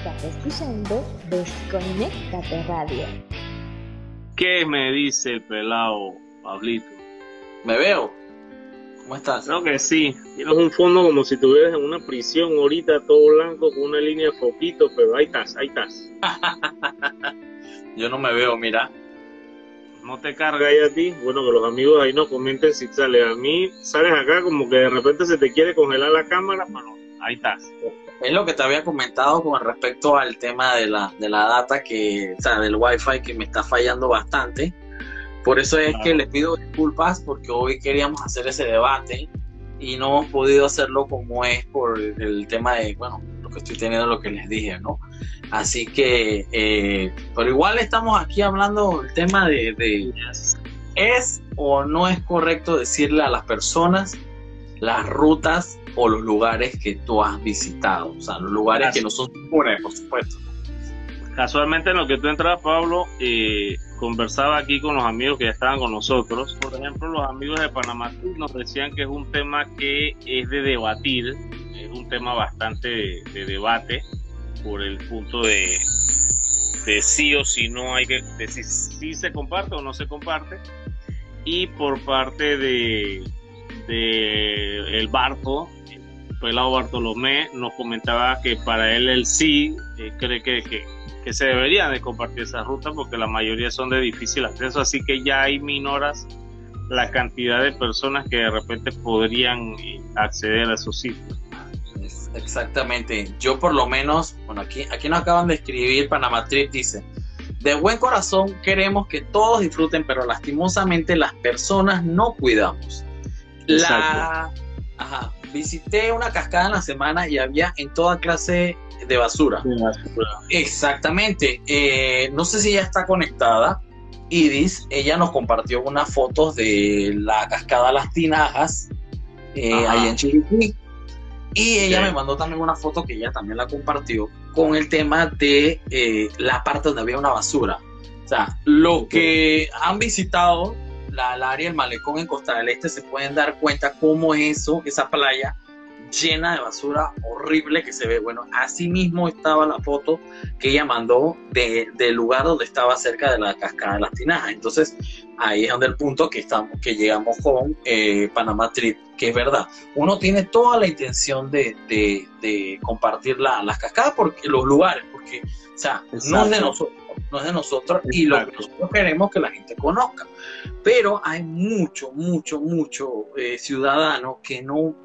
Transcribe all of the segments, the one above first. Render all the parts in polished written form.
Estás escuchando Desconéctate Radio. ¿Qué me dice el pelado, Pablito? ¿Me veo? ¿Cómo estás? Creo que sí. Tienes un fondo como si estuvieras en una prisión ahorita, todo blanco, con una línea de foquito, pero ahí estás. Yo no me veo, mira. ¿No te carga ahí a ti? Bueno, que los amigos ahí nos comenten si sale. A mí sales acá como que de repente se te quiere congelar la cámara, pero ahí estás. Es lo que te había comentado con respecto al tema de la data, o sea, del Wi-Fi, que me está fallando bastante. Por eso es que les pido disculpas, porque hoy queríamos hacer ese debate y no hemos podido hacerlo como es por el tema de, bueno, lo que estoy teniendo, lo que les dije, ¿no? Así que, pero igual estamos aquí hablando del tema de ¿es o no es correcto decirle a las personas las rutas o los lugares que tú has visitado? O sea, los lugares que no son seguros, por supuesto. Casualmente en lo que tú entras, Pablo, conversaba aquí con los amigos que ya estaban con nosotros. Por ejemplo, los amigos de Panamá nos decían que es un tema que es de debatir, es un tema bastante de debate por el punto de sí o sí no hay que, de si se comparte o no se comparte. Y por parte de el Barto, pelado Bartolomé, nos comentaba que para él el sí cree que se deberían de compartir esas rutas porque la mayoría son de difícil acceso, así que ya hay minoras la cantidad de personas que de repente podrían acceder a esos sitios. Exactamente. Yo por lo menos, bueno, aquí nos acaban de escribir, Panamá Trip dice: de buen corazón queremos que todos disfruten, pero lastimosamente las personas no cuidamos. Visité una cascada en la semana y había en toda clase de basura. Exactamente. No sé si ya está conectada. Idis, ella nos compartió unas fotos de la cascada Las Tinajas, allá en Chiriquí. Y ella me mandó también una foto que ella también la compartió con el tema de la parte donde había una basura. O sea, los que han visitado la área del malecón en Costa del Este se pueden dar cuenta cómo es esa playa llena de basura horrible que se ve. Bueno, así mismo estaba la foto que ella mandó del lugar donde estaba cerca de la cascada de Las Tinajas. Entonces ahí es donde el punto que llegamos con Panamá Trip, que es verdad, uno tiene toda la intención de compartir las cascadas, porque los lugares, porque, o sea, no es de nosotros y lo que nosotros queremos que la gente conozca, pero hay mucho ciudadano que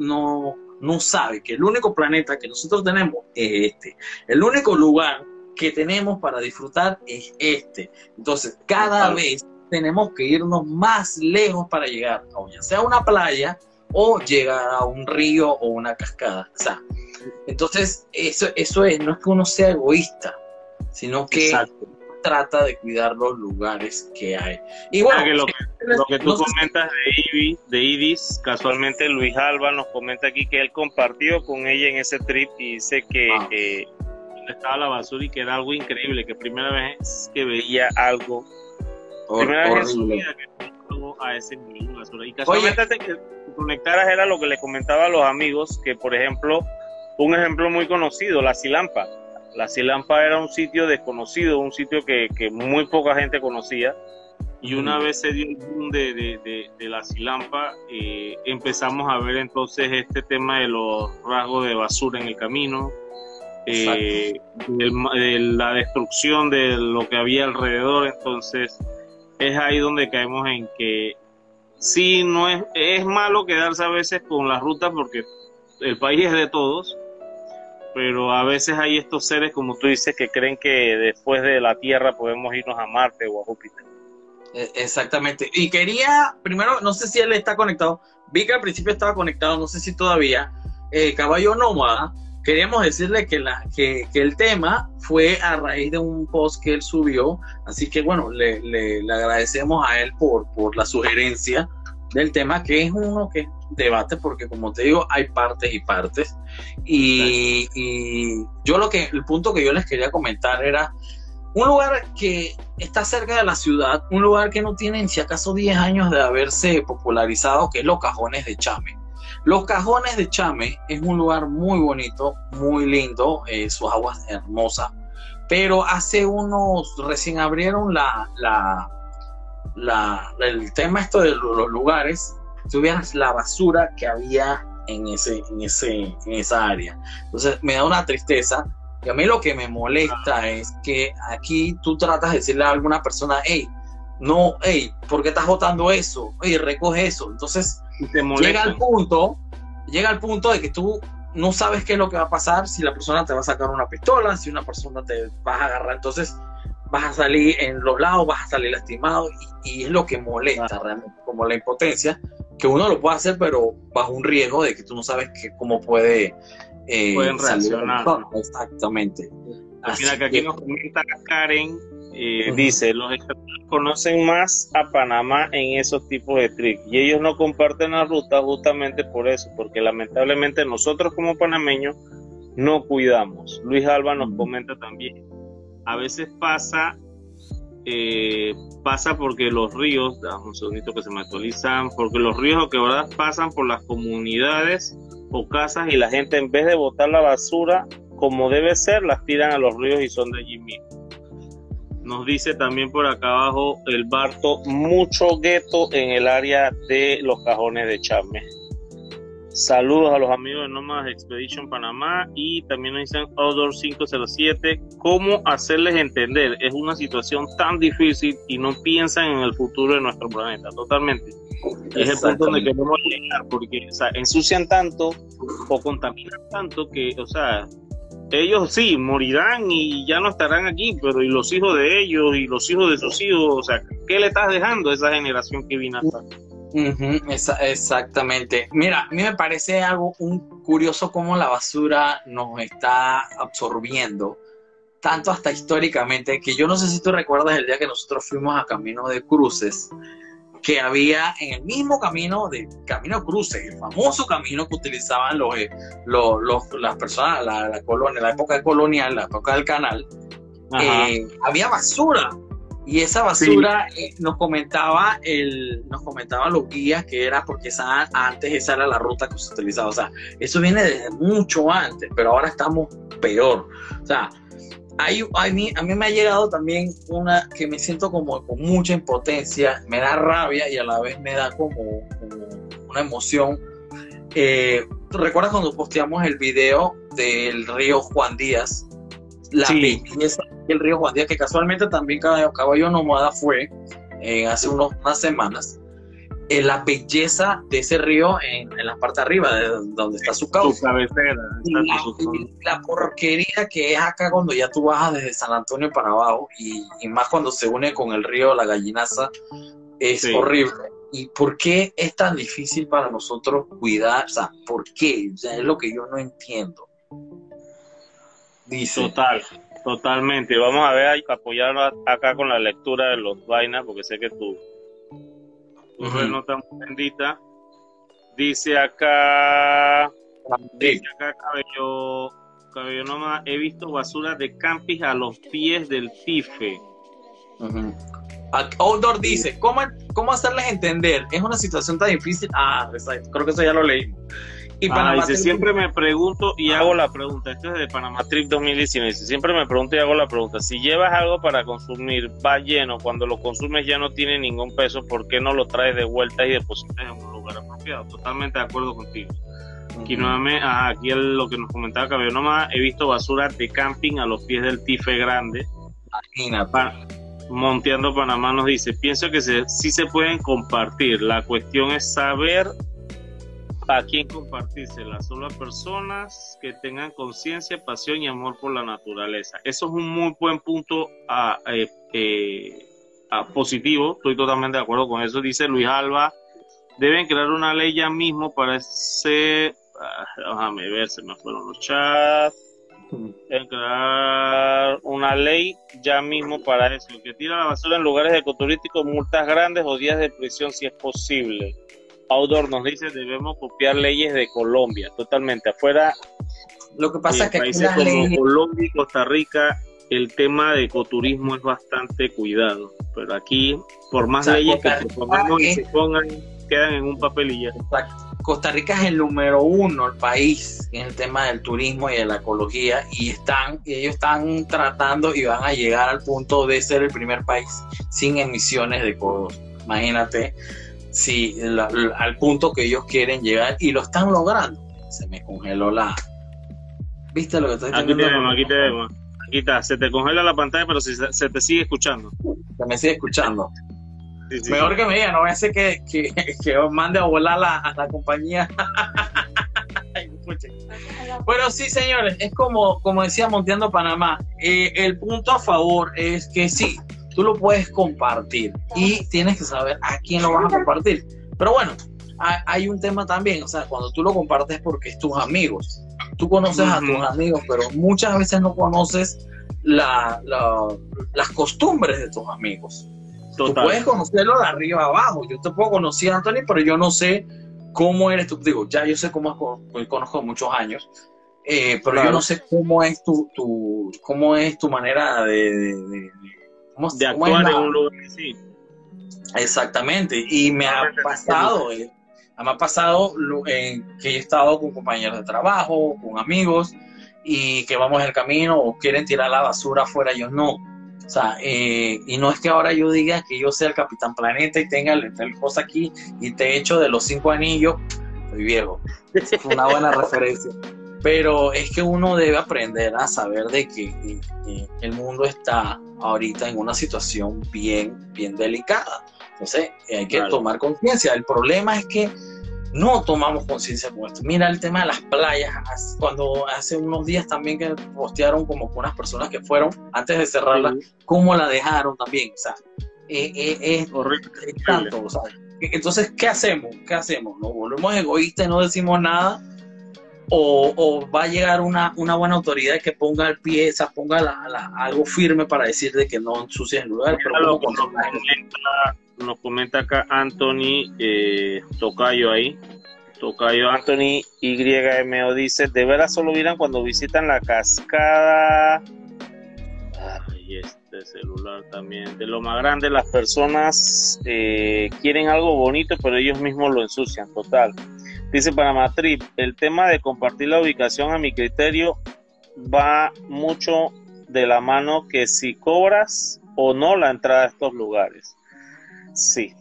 no sabe que el único planeta que nosotros tenemos es este, el único lugar que tenemos para disfrutar es este. Entonces cada vez tenemos que irnos más lejos para llegar, o ya sea a una playa o llegar a un río o una cascada. O sea, entonces eso es, no es que uno sea egoísta, sino que trata de cuidar los lugares que hay. Y bueno, lo que tú comentas de Idis, casualmente Luis Alba nos comenta aquí que él compartió con ella en ese trip y dice que donde estaba la basura y que era algo increíble, que primera vez que veía algo, primera vez en su vida que veía algo a ese nivel de basura. Y casualmente antes que te conectaras era lo que le comentaba a los amigos, que por ejemplo, un ejemplo muy conocido, la Silampa. La Silampa era un sitio desconocido, un sitio que muy poca gente conocía, y una vez se dio el boom de la Silampa, empezamos a ver entonces este tema de los rasgos de basura en el camino, de la destrucción de lo que había alrededor. Entonces es ahí donde caemos en que sí, no es malo quedarse a veces con las rutas porque el país es de todos, pero a veces hay estos seres, como tú dices, que creen que después de la Tierra podemos irnos a Marte o a Júpiter. Exactamente. Y quería, primero, no sé si él está conectado, vi que al principio estaba conectado, no sé si todavía, Caballo Nómada, queríamos decirle que el tema fue a raíz de un post que él subió, así que bueno, le agradecemos a él por la sugerencia del tema, que es uno que debate, porque como te digo, hay partes y partes, y yo el punto que yo les quería comentar era un lugar que está cerca de la ciudad, un lugar que no tiene si acaso 10 años de haberse popularizado, que es los Cajones de Chame. Los Cajones de Chame es un lugar muy bonito, muy lindo, sus aguas hermosas, pero recién abrieron el tema esto de los lugares, tuvieras la basura que había en esa área. Entonces me da una tristeza, y a mí lo que me molesta es que aquí tú tratas de decirle a alguna persona, hey, ¿por qué estás botando eso? Hey, recoge eso. Entonces llega al punto de que tú no sabes qué es lo que va a pasar, si la persona te va a sacar una pistola, si una persona te va a agarrar, entonces vas a salir en los lados, vas a salir lastimado, y es lo que molesta realmente, como la impotencia, que uno lo puede hacer, pero bajo un riesgo de que tú no sabes cómo pueden reaccionar. Exactamente. Mira que aquí nos comenta Karen, dice, los extranjeros conocen más a Panamá en esos tipos de trips, y ellos no comparten la ruta justamente por eso, porque lamentablemente nosotros como panameños no cuidamos. Luis Alba nos comenta también, a veces pasa porque los ríos, dame un segundito que se me actualizan, porque los ríos o quebradas pasan por las comunidades o casas, y la gente, en vez de botar la basura como debe ser, las tiran a los ríos y son de allí mismo. Nos dice también por acá abajo el Barto, mucho gueto en el área de los Cajones de Chame. Saludos a los amigos de Nomad Expedition Panamá, y también nos dicen Outdoor 507, ¿cómo hacerles entender? Es una situación tan difícil y no piensan en el futuro de nuestro planeta, totalmente. Es el punto donde queremos llegar, porque ensucian tanto o contaminan tanto que, ellos sí morirán y ya no estarán aquí, pero y los hijos de ellos y los hijos de sus hijos, ¿qué le estás dejando a esa generación que vino hasta aquí? Exactamente. Mira, a mí me parece algo curioso cómo la basura nos está absorbiendo, tanto hasta históricamente, que yo no sé si tú recuerdas el día que nosotros fuimos a Camino de Cruces, que había en el mismo camino de Camino Cruces, el famoso camino que utilizaban las personas, la colonia, la época colonial, la época del canal, había basura. Y esa basura nos comentaban los guías que era porque antes esa era la ruta que se utilizaba. O sea, eso viene desde mucho antes, pero ahora estamos peor. O sea, a mí me ha llegado también una que me siento como con mucha impotencia, me da rabia y a la vez me da como una emoción. ¿Recuerdas cuando posteamos el video del río Juan Díaz? La belleza del río Juan Díaz, que casualmente también Caballo Nómada fue hace unas semanas. La belleza de ese río en la parte de arriba, de donde está su cauce. Su cabecera. La porquería que es acá cuando ya tú bajas desde San Antonio para abajo, y más cuando se une con el río La Gallinaza, es horrible. ¿Y por qué es tan difícil para nosotros cuidar? O sea, ¿por qué? O sea, es lo que yo no entiendo. Dice. Totalmente. Vamos a ver, apoyarnos acá con la lectura de los vainas, porque sé que tu no está muy bendita. Dice acá Cabello Nómada, he visto basura de camping a los pies del Tife. Outdoor dice, ¿cómo hacerles entender? Es una situación tan difícil. Creo que eso ya lo leímos. Y dice, siempre me pregunto y hago la pregunta, esto es de Panamá Trip 2019, dice, siempre me pregunto y hago la pregunta, si llevas algo para consumir, va lleno, cuando lo consumes ya no tiene ningún peso, ¿por qué no lo traes de vuelta y depositas en un lugar apropiado? Totalmente de acuerdo contigo. Aquí nuevamente, aquí lo que nos comentaba Cabello Nómada, he visto basura de camping a los pies del Tife grande. Monteando Panamá nos dice, pienso que sí se pueden compartir, la cuestión es saber a quién compartírsela, solo a personas que tengan conciencia, pasión y amor por la naturaleza. Eso es un muy buen punto positivo, estoy totalmente de acuerdo con eso. Dice Luis Alba, deben crear una ley ya mismo para ese... déjame ver, se me fueron los chats. Deben crear una ley ya mismo para eso. El que tira la basura en lugares ecoturísticos, multas grandes o días de prisión si es posible. Outdoor nos dice, debemos copiar leyes de Colombia, totalmente. Afuera, lo que pasa es que países como Colombia y Costa Rica, el tema de ecoturismo es bastante cuidado, pero aquí, por más leyes que se pongan y se pongan, quedan en un papel y ya. Exacto. Costa Rica es el número 1, el país en el tema del turismo y de la ecología, y ellos están tratando y van a llegar al punto de ser el primer país sin emisiones de CO2. Imagínate al punto que ellos quieren llegar, y lo están logrando. Se me congeló ¿Viste lo que estoy diciendo? Aquí te vemos. Aquí está, se te congela la pantalla, pero se te sigue escuchando. Se me sigue escuchando. Sí. Mejor que me diga, no voy a hacer que mande a volar a la compañía. Bueno, sí, señores, es como decía Monteando Panamá. El punto a favor es que sí, tú lo puedes compartir y tienes que saber a quién lo vas a compartir. Pero bueno, hay un tema también, o sea, cuando tú lo compartes porque es tus amigos. Tú conoces a tus amigos, pero muchas veces no conoces las costumbres de tus amigos. Total. Tú puedes conocerlo de arriba a abajo. Yo te puedo conocer a Anthony, pero yo no sé cómo eres tú. Digo, ya yo sé cómo conozco muchos años, pero claro, yo no sé cómo es tu manera de actuar en un lugar así. Exactamente. Y me ha pasado que he estado con compañeros de trabajo, con amigos, y que vamos en el camino o quieren tirar la basura afuera, yo no. O sea, y no es que ahora yo diga que yo sea el Capitán Planeta y tenga el cosa aquí y te echo de los 5 anillos. Soy viejo. Es una buena referencia. Pero es que uno debe aprender a saber de que el mundo está ahorita en una situación bien delicada. Entonces, hay que tomar conciencia. El problema es que no tomamos conciencia con esto. Mira el tema de las playas, cuando hace unos días también que postearon como unas personas que fueron antes de cerrarla, cómo la dejaron también, o sea, es horrible, tanto, o sea, entonces, ¿qué hacemos? ¿Nos volvemos egoístas y no decimos nada? ¿O va a llegar una buena autoridad que ponga el pie, o sea, ponga algo firme para decir de que no ensucies el lugar? Pero nos comenta acá Anthony Tocayo ahí. Tocayo Anthony YMO dice: de veras solo miran cuando visitan la cascada. Ay, este celular también. De lo más grande, las personas quieren algo bonito, pero ellos mismos lo ensucian, total. Dice Panamá Trip: el tema de compartir la ubicación, a mi criterio, va mucho de la mano que si cobras o no la entrada a estos lugares. Sí.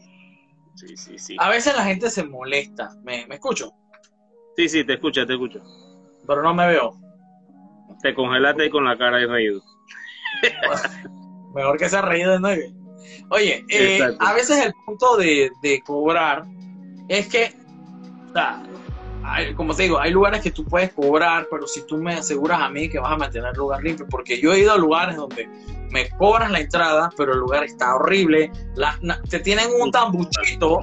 A veces la gente se molesta. ¿Me escucho? Sí, te escucho. Pero no me veo. Te congelaste ahí con la cara y reído. Mejor que se ha reído de nuevo. Oye, a veces el punto de cobrar es que, o sea, como te digo, hay lugares que tú puedes cobrar, pero si tú me aseguras a mí que vas a mantener el lugar limpio, porque yo he ido a lugares donde me cobran la entrada, pero el lugar está horrible, te tienen un tambuchito,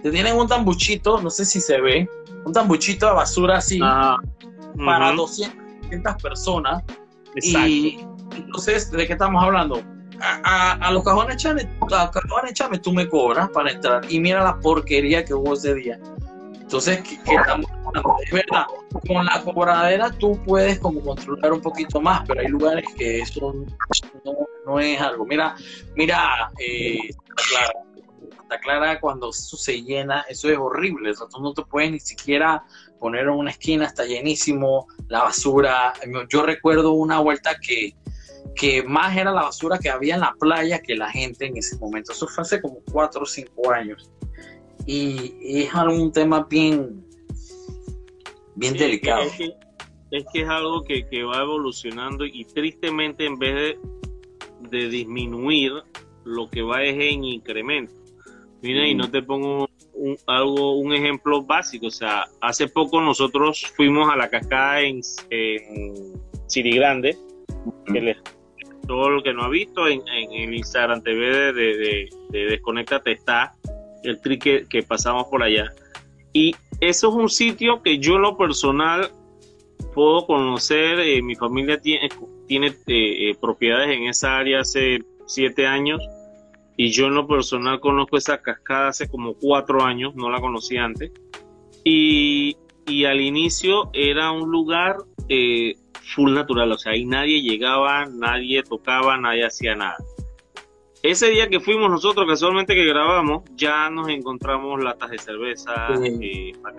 no sé si se ve, un tambuchito de basura así, para 200 personas. Exacto. Y entonces, ¿de qué estamos hablando? A los cajones Chame tú me cobras para entrar, y mira la porquería que hubo ese día. Entonces, ¿qué estamos hablando? Es verdad, con la cobradera tú puedes como controlar un poquito más, pero hay lugares que eso no es algo. Mira, Santa Clara, cuando eso se llena, eso es horrible. O sea, tú no te puedes ni siquiera poner en una esquina, está llenísimo, la basura. Yo recuerdo una vuelta que más era la basura que había en la playa que la gente en ese momento. Eso fue hace como 4 o 5 años. Y es algún tema bien delicado. Es que es algo que va evolucionando, y tristemente en vez de disminuir, lo que va es en incremento. Mira, y no te pongo un ejemplo básico. O sea, hace poco nosotros fuimos a la cascada en Chirigrande, todo lo que no ha visto en el Instagram TV de Desconéctate está el trick que pasamos por allá, y eso es un sitio que yo en lo personal puedo conocer. Mi familia tiene propiedades en esa área hace 7 años, y yo en lo personal conozco esa cascada hace como 4 años, no la conocía antes, y al inicio era un lugar full natural, o sea, ahí nadie llegaba, nadie tocaba, nadie hacía nada. Ese día que fuimos nosotros, casualmente que grabamos, ya nos encontramos latas de cerveza,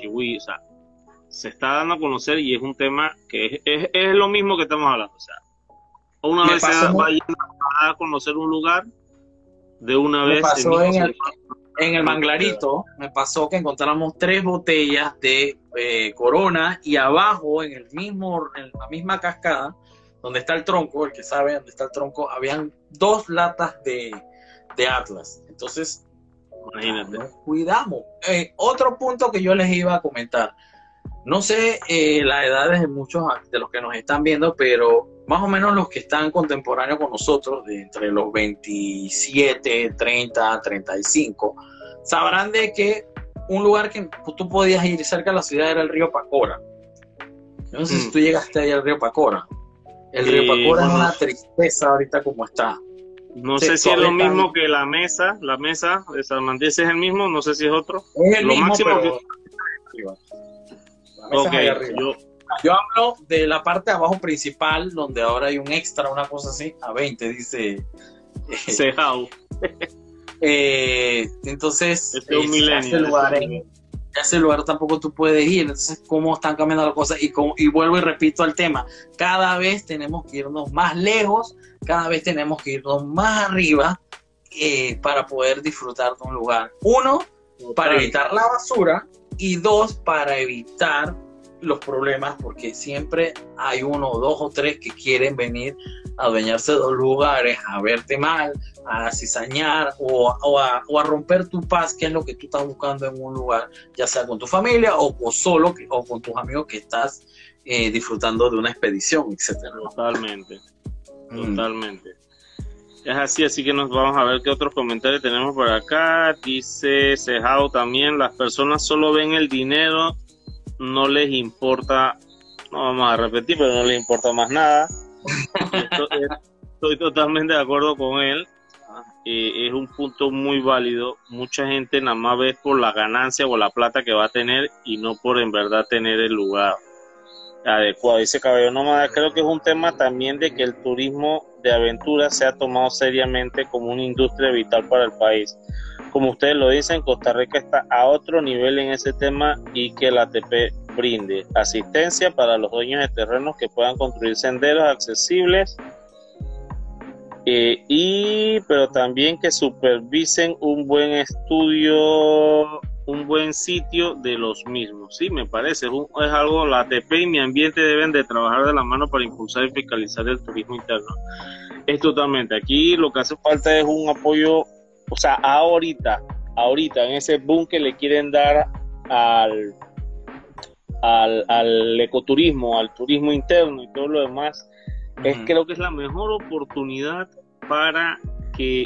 que uy, o sea, se está dando a conocer y es un tema que es lo mismo que estamos hablando. O sea, una vez se vayan a conocer un lugar, de una vez. Pasó en el Manglarito, me pasó que encontramos 3 botellas de Corona y abajo, en la misma cascada, donde está el tronco, el que sabe dónde está el tronco, habían 2 latas de Atlas. Entonces, imagínate. Nos cuidamos. Otro punto que yo les iba a comentar. No sé las edades de muchos de los que nos están viendo, pero más o menos los que están contemporáneos con nosotros, de entre los 27, 30, 35, sabrán de que un lugar que tú podías ir cerca de la ciudad era el río Pacora. Yo no sé si tú llegaste ahí al río Pacora. El río Pacora es una tristeza ahorita como está. No sé si es lo mismo que la mesa de Salmandés, es el mismo, no sé si es otro. Es el lo mismo, máximo pero okay, yo hablo de la parte de abajo principal, donde ahora hay un extra, una cosa así, a 20, dice Cejao. Entonces, ese lugar tampoco tú puedes ir. Entonces, ¿cómo están cambiando las cosas? Y vuelvo y repito al tema, cada vez tenemos que irnos más lejos, cada vez tenemos que irnos más arriba para poder disfrutar de un lugar. 1, para evitar la basura, y 2, para evitar los problemas, porque siempre hay 1, 2 o 3 que quieren venir a adueñarse de los lugares, a verte mal, a cizañar o a romper tu paz, que es lo que tú estás buscando en un lugar, ya sea con tu familia o solo o con tus amigos que estás disfrutando de una expedición, etcétera. Totalmente. Es así que nos vamos a ver qué otros comentarios tenemos por acá. Dice Cejao también, las personas solo ven el dinero, no les importa, no vamos a repetir, pero no les importa más nada. Estoy totalmente de acuerdo con él. Es un punto muy válido. Mucha gente nada más ve por la ganancia o la plata que va a tener y no por en verdad tener el lugar adecuado. Dice Cabello Nómada, creo que es un tema también de que el turismo de aventura se ha tomado seriamente como una industria vital para el país. Como ustedes lo dicen, Costa Rica está a otro nivel en ese tema y que la ATP brinde asistencia para los dueños de terrenos que puedan construir senderos accesibles pero también que supervisen un buen estudio, un buen sitio de los mismos. Sí, me parece, es algo, la ATP y Mi Ambiente deben de trabajar de la mano para impulsar y fiscalizar el turismo interno. Es totalmente, aquí lo que hace falta es un apoyo, o sea, ahorita en ese boom que le quieren dar al ecoturismo, al turismo interno y todo lo demás, creo que es la mejor oportunidad para que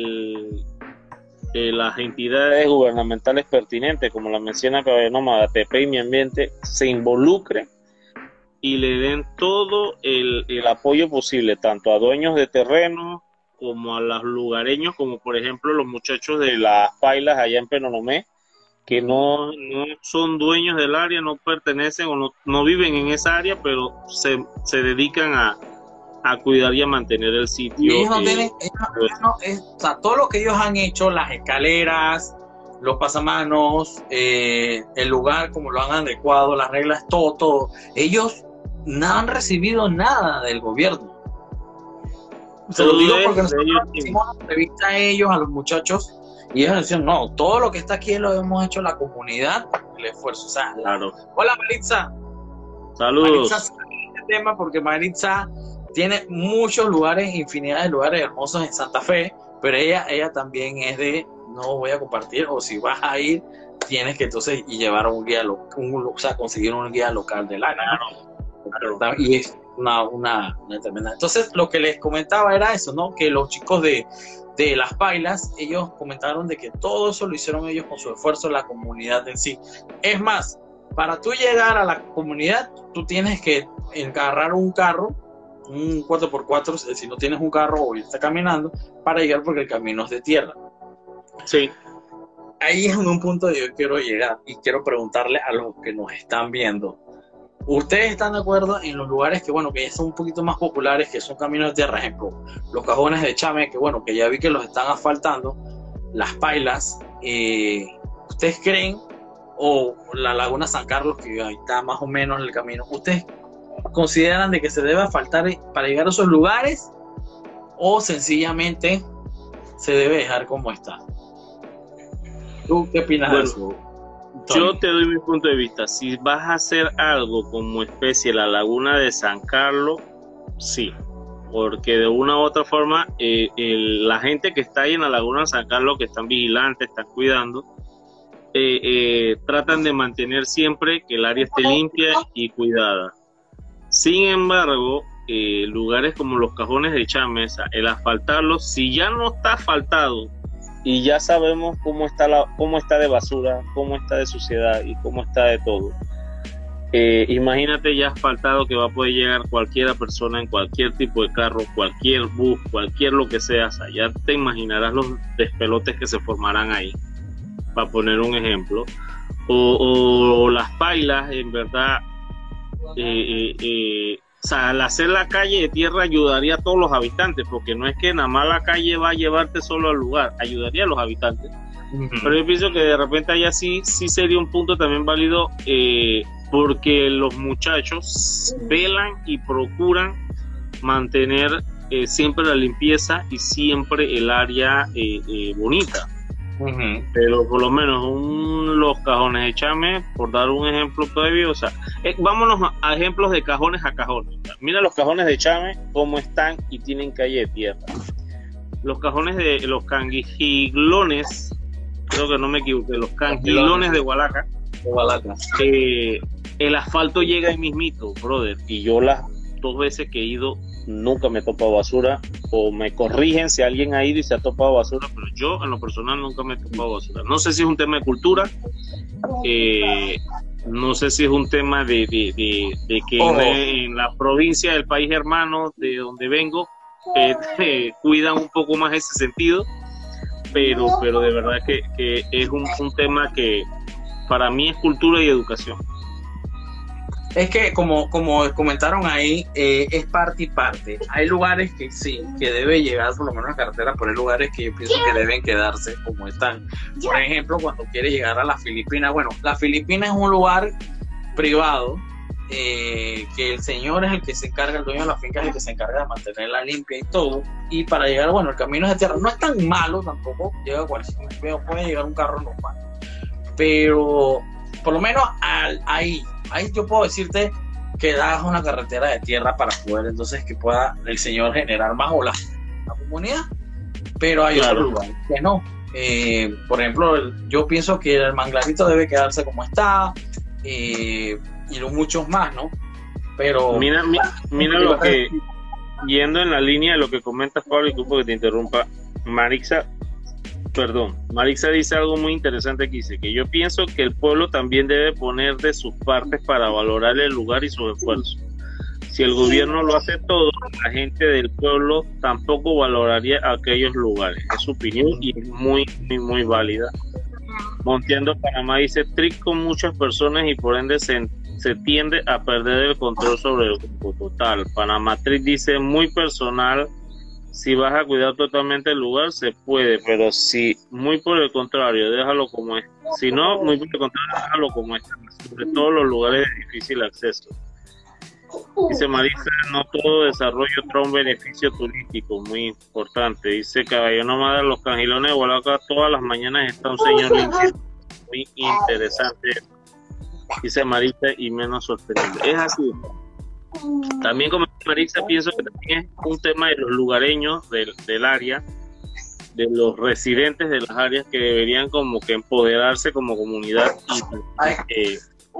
las entidades gubernamentales pertinentes, como la menciona Cabello Nómada, ATP y Mi Ambiente, se involucren y le den todo el apoyo posible, tanto a dueños de terreno como a los lugareños, como por ejemplo los muchachos de las Pailas allá en Penonomé, que no son dueños del área, no pertenecen o no viven en esa área, pero se dedican a cuidar y a mantener el sitio. Y ellos no tienen, o sea, todo lo que ellos han hecho, las escaleras, los pasamanos, el lugar como lo han adecuado, las reglas, todo, ellos no han recibido nada del gobierno. Se lo digo porque nosotros hicimos una entrevista a ellos, a los muchachos, y ellos decían, no, todo lo que está aquí lo hemos hecho la comunidad, el esfuerzo. O sea, claro. Hola Maritza. Saludos. Maritza sabe este tema porque Maritza tiene muchos lugares, infinidad de lugares hermosos en Santa Fe, pero ella también es de, no voy a compartir, o si vas a ir, tienes que entonces llevar un guía, o sea, conseguir un guía local del área. Claro. Y es una tremenda. Entonces, lo que les comentaba era eso, ¿no? Que los chicos de las Pailas, ellos comentaron de que todo eso lo hicieron ellos con su esfuerzo, la comunidad en sí. Es más, para tú llegar a la comunidad, tú tienes que agarrar un carro, un 4x4, si no tienes un carro o irte caminando, para llegar porque el camino es de tierra. Sí. Ahí es un punto que yo quiero llegar y quiero preguntarle a los que nos están viendo. ¿Ustedes están de acuerdo en los lugares que, bueno, que ya son un poquito más populares, que son caminos de tierra, ejemplo, los cajones de Chame, que bueno, que ya vi que los están asfaltando, las Pailas, ¿ustedes creen o la Laguna San Carlos, que ahí está más o menos en el camino, ¿ustedes consideran de que se debe asfaltar para llegar a esos lugares o sencillamente se debe dejar como está? ¿Tú qué opinas de eso? Yo te doy mi punto de vista. Si vas a hacer algo como especie la Laguna de San Carlos, sí, porque de una u otra forma la gente que está ahí en la Laguna de San Carlos, que están vigilantes, están cuidando, tratan de mantener siempre que el área esté limpia y cuidada. Sin embargo, lugares como los Cajones de Chame, el asfaltarlos, si ya no está asfaltado y ya sabemos cómo está de basura, cómo está de suciedad y cómo está de todo, imagínate ya asfaltado, que va a poder llegar cualquier persona en cualquier tipo de carro, cualquier bus, cualquier lo que sea, ya te imaginarás los despelotes que se formarán ahí, para poner un ejemplo, o las pailas, en verdad. O sea, al hacer la calle de tierra ayudaría a todos los habitantes, porque no es que nada más la calle va a llevarte solo al lugar, ayudaría a los habitantes. Pero yo pienso que de repente allá sí sería un punto también válido, porque los muchachos velan y procuran mantener siempre la limpieza y siempre el área bonita. Pero por lo menos los Cajones de Chame, por dar un ejemplo previo, o sea, vámonos a ejemplos de cajones a cajones. Mira los Cajones de Chame cómo están y tienen calle de tierra. Los cajones de los Cangilones, creo que no me equivoqué, los Cangilones de Hualaca, el asfalto llega ahí mismito, brother, y yo las 2 veces que he ido nunca me he topado basura, o me corrigen si alguien ha ido y se ha topado basura, pero yo en lo personal nunca me he topado basura. No sé si es un tema de cultura, no sé si es un tema de que en la provincia del país hermano de donde vengo cuidan un poco más ese sentido, pero de verdad que es un tema que para mí es cultura y educación. Es que como comentaron ahí, es parte y parte. Hay lugares que sí, que debe llegar por lo menos a carretera, pero hay lugares que yo pienso que deben quedarse como están. Por ejemplo, cuando quieres llegar a las Filipinas, bueno, las Filipinas es un lugar privado, que el señor es el que se encarga, el dueño de la finca es el que se encarga de mantenerla limpia y todo. Y para llegar, bueno, el camino es de tierra, no es tan malo tampoco, puede llegar un carro normal, pero por lo menos ahí yo puedo decirte que das una carretera de tierra para poder entonces que pueda el señor generar más olas en la comunidad, pero hay otros lugares que no. Por ejemplo, yo pienso que el manglarito debe quedarse como está, y muchos más, ¿no? Pero mira lo que, yendo en la línea de lo que comentas, Pablo, y tú porque te interrumpa, Marixa dice algo muy interesante que dice que yo pienso que el pueblo también debe poner de sus partes para valorar el lugar y sus esfuerzos. Si el gobierno lo hace todo, la gente del pueblo tampoco valoraría aquellos lugares. Es su opinión y es muy, muy, muy válida. Monteando Panamá dice trick con muchas personas y por ende se tiende a perder el control sobre el grupo total. Panamá Trick dice muy personal. Si vas a cuidar totalmente el lugar, se puede, pero si muy por el contrario, déjalo como es. Si no, muy por el contrario, déjalo como es. Sobre todo los lugares de difícil acceso. Dice Marisa, no todo desarrollo trae un beneficio turístico, muy importante. Dice Caballo Nómada, los Cangilones de Hualaca, todas las mañanas está un señor limpiando. Muy interesante. Dice Marisa, y menos sostenible. Es así. También como Marisa, pienso que también es un tema de los lugareños del área, de los residentes de las áreas, que deberían como que empoderarse como comunidad y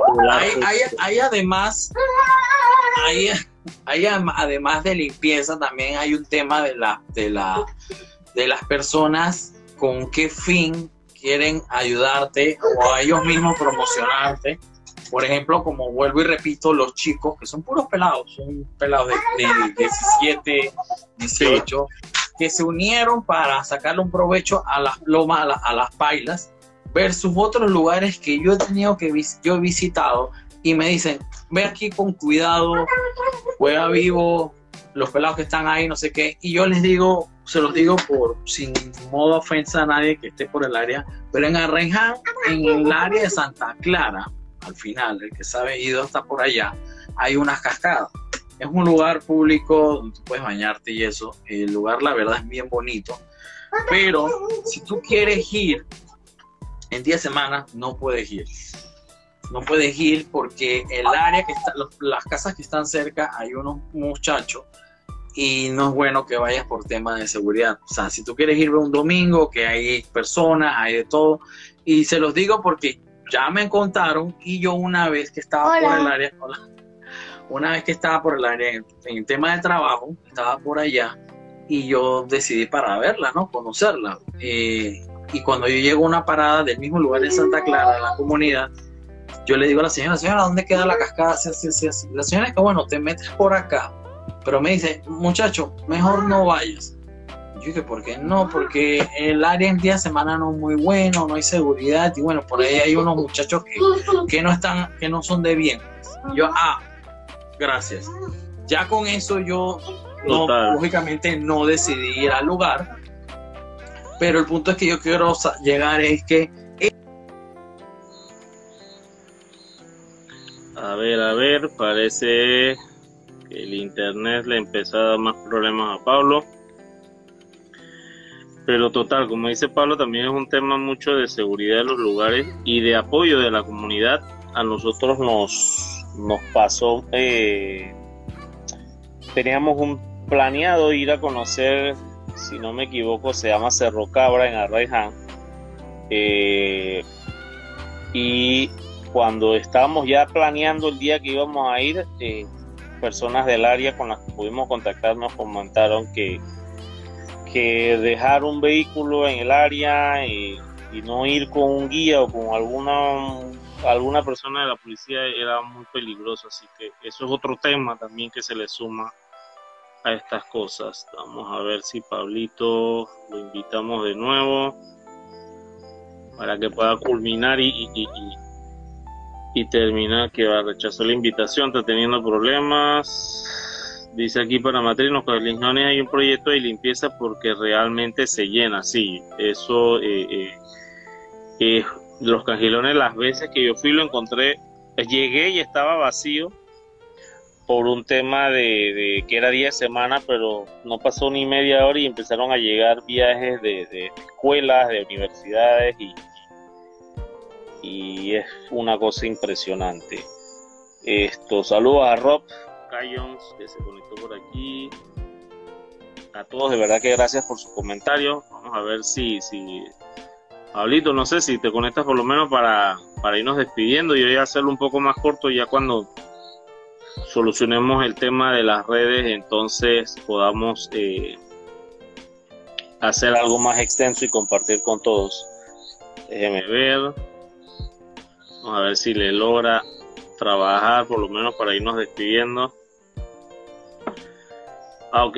además de limpieza, también hay un tema de las personas con qué fin quieren ayudarte o a ellos mismos promocionarte. Por ejemplo, como vuelvo y repito, los chicos que son puros pelados, son pelados de 17, 18, que se unieron para sacarle un provecho a las lomas, a las pailas, versus otros lugares que yo he visitado y me dicen, ve aquí con cuidado, juega vivo, los pelados que están ahí, no sé qué, y yo les digo, se los digo sin modo ofensa a nadie que esté por el área, pero en Arraiján, en el área de Santa Clara, al final, el que sabe ido hasta por allá, hay unas cascadas. Es un lugar público donde tú puedes bañarte y eso. El lugar, la verdad, es bien bonito. Pero si tú quieres ir en 10 semanas, no puedes ir. No puedes ir porque el área que está, las casas que están cerca, hay unos muchachos y no es bueno que vayas por temas de seguridad. O sea, si tú quieres ir un domingo, que hay personas, hay de todo. Y se los digo porque ya me contaron y yo una vez que estaba por el área, una vez que estaba por el área en tema de trabajo, estaba por allá y yo decidí para verla, ¿no? Conocerla. Y cuando yo llego a una parada del mismo lugar en Santa Clara, en la comunidad, yo le digo a la señora, ¿dónde queda la cascada? Así. La señora es que, bueno, te metes por acá, pero me dice, muchacho, mejor no vayas. Yo dije, ¿por qué no? Porque el área en día de semana no es muy bueno, no hay seguridad, y bueno, por ahí hay unos muchachos que no son de bien. Yo, gracias. Ya con eso yo, lógicamente, no decidí ir al lugar, pero el punto es que yo quiero llegar es que... A ver, parece que el internet le empezó a dar más problemas a Pablo. Pero total, como dice Pablo, también es un tema mucho de seguridad de los lugares y de apoyo de la comunidad. A nosotros nos pasó, teníamos un planeado ir a conocer, si no me equivoco, se llama Cerro Cabra en Arraiján. Y cuando estábamos ya planeando el día que íbamos a ir, personas del área con las que pudimos contactar nos comentaron que dejar un vehículo en el área y no ir con un guía o con alguna persona de la policía era muy peligroso, así que eso es otro tema también que se le suma a estas cosas. Vamos a ver si Pablito lo invitamos de nuevo para que pueda culminar y terminar, que rechazó la invitación, está teniendo problemas. Dice aquí para Matriz, los Cajilones hay un proyecto de limpieza porque realmente se llena, sí, eso, los Cajilones, las veces que yo fui lo encontré, llegué y estaba vacío por un tema de que era día de semana, pero no pasó ni media hora y empezaron a llegar viajes de escuelas, de universidades y es una cosa impresionante. Saludos a Rob Cayons, que se conectó por aquí. A todos, de verdad que gracias por sus comentarios. Vamos a ver si Pablito, no sé si te conectas por lo menos para irnos despidiendo. Yo voy a hacerlo un poco más corto ya cuando solucionemos el tema de las redes, entonces podamos hacer algo más extenso y compartir con todos. Déjeme ver. Vamos a ver si le logra trabajar por lo menos para irnos despidiendo. Ok.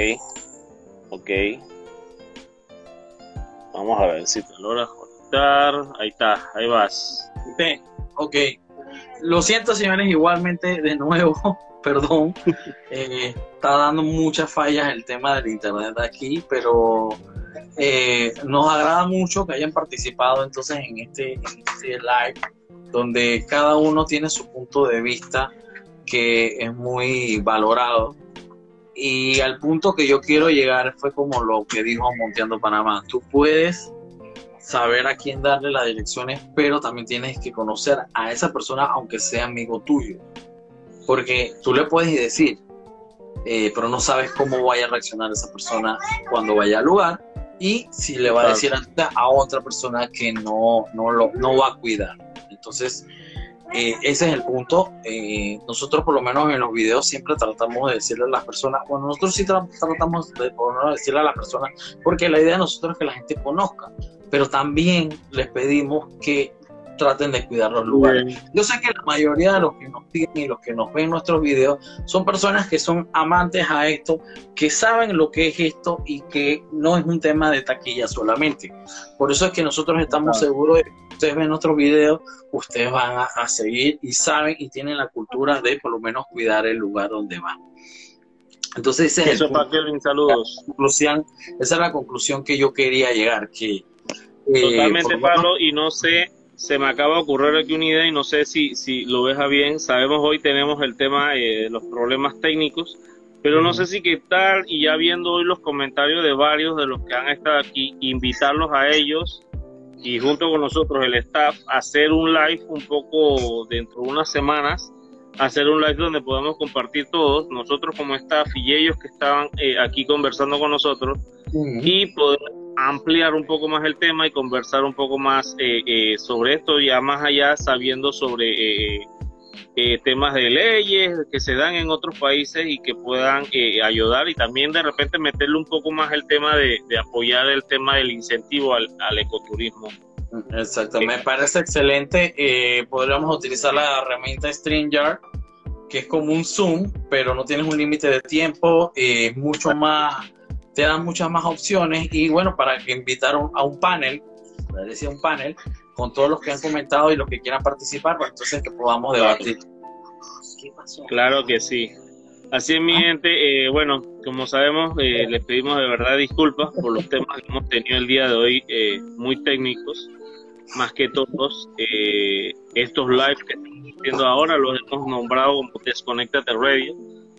Vamos a ver si te logras conectar. Ahí está, ahí vas. Ok. Lo siento, señores, igualmente, de nuevo, perdón. Está dando muchas fallas el tema del internet aquí, pero nos agrada mucho que hayan participado entonces en este live, donde cada uno tiene su punto de vista que es muy valorado. Y al punto que yo quiero llegar fue como lo que dijo Monteando Panamá. Tú puedes saber a quién darle las direcciones, pero también tienes que conocer a esa persona aunque sea amigo tuyo. Porque tú le puedes decir, pero no sabes cómo vaya a reaccionar esa persona cuando vaya al lugar y si le va a decir a otra persona que no va a cuidar. Entonces, ese es el punto. Nosotros por lo menos en los videos siempre tratamos de decirle a las personas, bueno, nosotros sí tratamos de por lo menos decirle a las personas, porque la idea de nosotros es que la gente conozca, pero también les pedimos que traten de cuidar los lugares. Yo sé que la mayoría de los que nos siguen y los que nos ven nuestros videos son personas que son amantes a esto, que saben lo que es esto y que no es un tema de taquilla solamente. Por eso es que nosotros estamos seguros de que ustedes ven nuestros videos, ustedes van a seguir y saben y tienen la cultura de por lo menos cuidar el lugar donde van. Entonces eso para Kelvin, saludos. Esa es la conclusión que yo quería llegar, que totalmente, Pablo, y no sé, se me acaba de ocurrir aquí una idea y no sé si lo ves a bien. Sabemos hoy tenemos el tema de los problemas técnicos, pero no sé si qué tal, y ya viendo hoy los comentarios de varios de los que han estado aquí, invitarlos a ellos y junto con nosotros, el staff, hacer un live un poco dentro de unas semanas, hacer un live donde podamos compartir todos, nosotros como staff y ellos que estaban aquí conversando con nosotros, y poder ampliar un poco más el tema y conversar un poco más sobre esto, ya más allá sabiendo sobre temas de leyes que se dan en otros países y que puedan ayudar, y también de repente meterle un poco más el tema de apoyar el tema del incentivo al ecoturismo. Exacto, me parece excelente. Podríamos utilizar la herramienta StreamYard, que es como un Zoom, pero no tienes un límite de tiempo, mucho más, te dan muchas más opciones. Y bueno, para que invitar a un panel, decía un panel, con todos los que han comentado y los que quieran participar, pues entonces que podamos debatir. ¿Qué pasó? Claro que sí. Así es, mi gente. Bueno, como sabemos, les pedimos de verdad disculpas por los temas que hemos tenido el día de hoy, muy técnicos. Más que todos, estos lives que estamos haciendo ahora los hemos nombrado como Desconéctate Radio.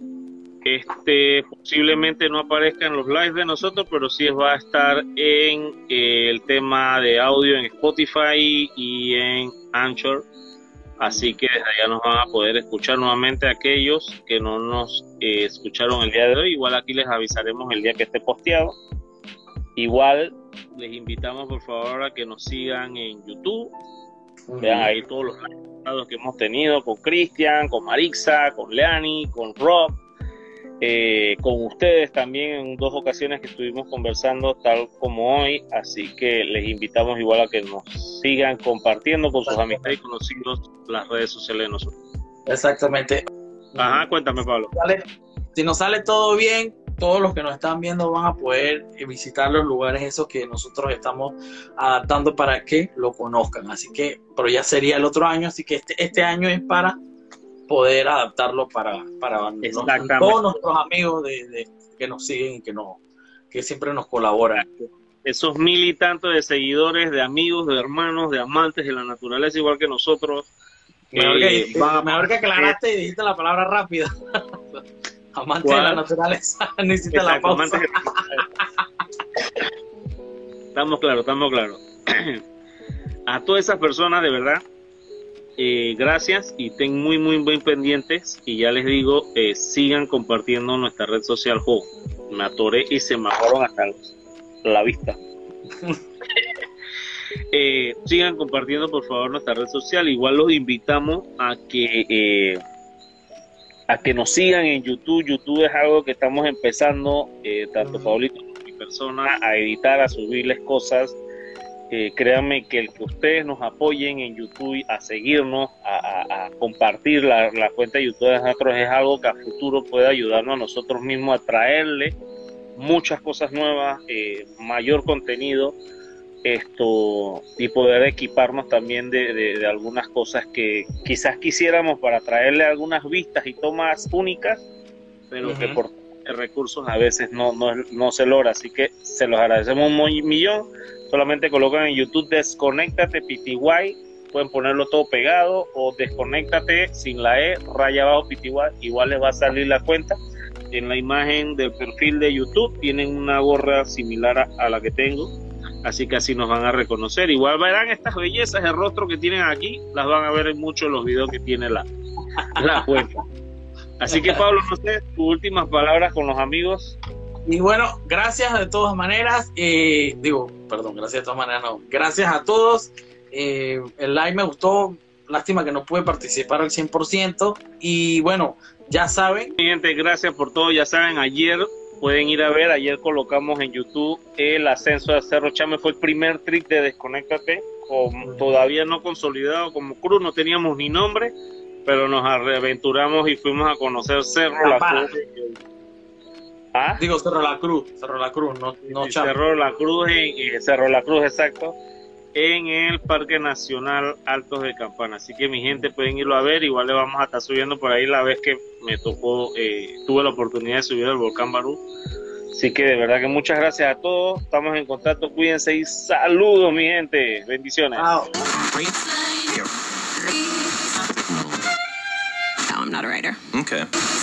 Posiblemente no aparezca en los lives de nosotros, pero sí va a estar en el tema de audio en Spotify y en Anchor. Así que desde allá nos van a poder escuchar nuevamente aquellos que no nos escucharon el día de hoy. Igual aquí les avisaremos el día que esté posteado. Igual les invitamos por favor a que nos sigan en YouTube. Vean ahí todos los resultados que hemos tenido con Cristian, con Marixa, con Leani, con Rob, con ustedes también en 2 ocasiones que estuvimos conversando tal como hoy. Así que les invitamos igual a que nos sigan compartiendo con sus amistades y conocidos las redes sociales de nosotros. Exactamente. Ajá, cuéntame, Pablo. Si nos sale todo bien, todos los que nos están viendo van a poder visitar los lugares esos que nosotros estamos adaptando para que lo conozcan. Así que, pero ya sería el otro año, así que este año es para poder adaptarlo para todos nuestros amigos que nos siguen y que siempre nos colaboran. Esos 1000 y tantos de seguidores, de amigos, de hermanos, de amantes de la naturaleza, igual que nosotros. Mejor que aclaraste y dijiste la palabra rápida. Amante de la naturaleza, necesita la pausa. Estamos claros. A todas esas personas, de verdad, gracias, y estén muy pendientes. Y ya les digo, sigan compartiendo nuestra red social. Me atoré y se me ajoraron hasta la vista. Sigan compartiendo por favor nuestra red social. Igual los invitamos a que nos sigan en YouTube. YouTube es algo que estamos empezando, tanto Pablito como mi persona, a editar, a subirles cosas. Créanme que el que ustedes nos apoyen en YouTube, a seguirnos, a compartir la cuenta de YouTube de nosotros, es algo que a futuro puede ayudarnos a nosotros mismos a traerle muchas cosas nuevas, mayor contenido, y poder equiparnos también de algunas cosas que quizás quisiéramos para traerle algunas vistas y tomas únicas, pero que por recursos a veces no se logra. Así que se los agradecemos un millón. Solamente colocan en YouTube Desconéctate PTY, pueden ponerlo todo pegado, o Desconéctate sin la E, raya abajo PTY, igual les va a salir la cuenta. En la imagen del perfil de YouTube tienen una gorra similar a la que tengo, así que así nos van a reconocer. Igual verán estas bellezas de rostro que tienen aquí, las van a ver en muchos de los videos que tiene la cuenta. Así que Pablo, no sé, tus últimas palabras con los amigos. Y bueno, gracias de todas maneras, gracias a todos. El live me gustó, lástima que no pude participar al 100%, y bueno, ya saben. Gente, gracias por todo. Ya saben, ayer pueden ir a ver, ayer colocamos en YouTube el ascenso de Cerro Chame. Fue el primer trip de Desconéctate, todavía no consolidado como cruz, no teníamos ni nombre, pero nos aventuramos y fuimos a conocer Cerro La Cruz. Cerro La Cruz, no Cerro La Cruz, Cerro La Cruz, exacto. en el Parque Nacional Altos de Campana. Así que mi gente pueden irlo a ver. Igual le vamos a estar subiendo por ahí la vez que me tocó, tuve la oportunidad de subir al volcán Barú. Así que de verdad que muchas gracias a todos. Estamos en contacto. Cuídense y saludos, mi gente. Bendiciones. Wow. No, I'm not a writer. Okay.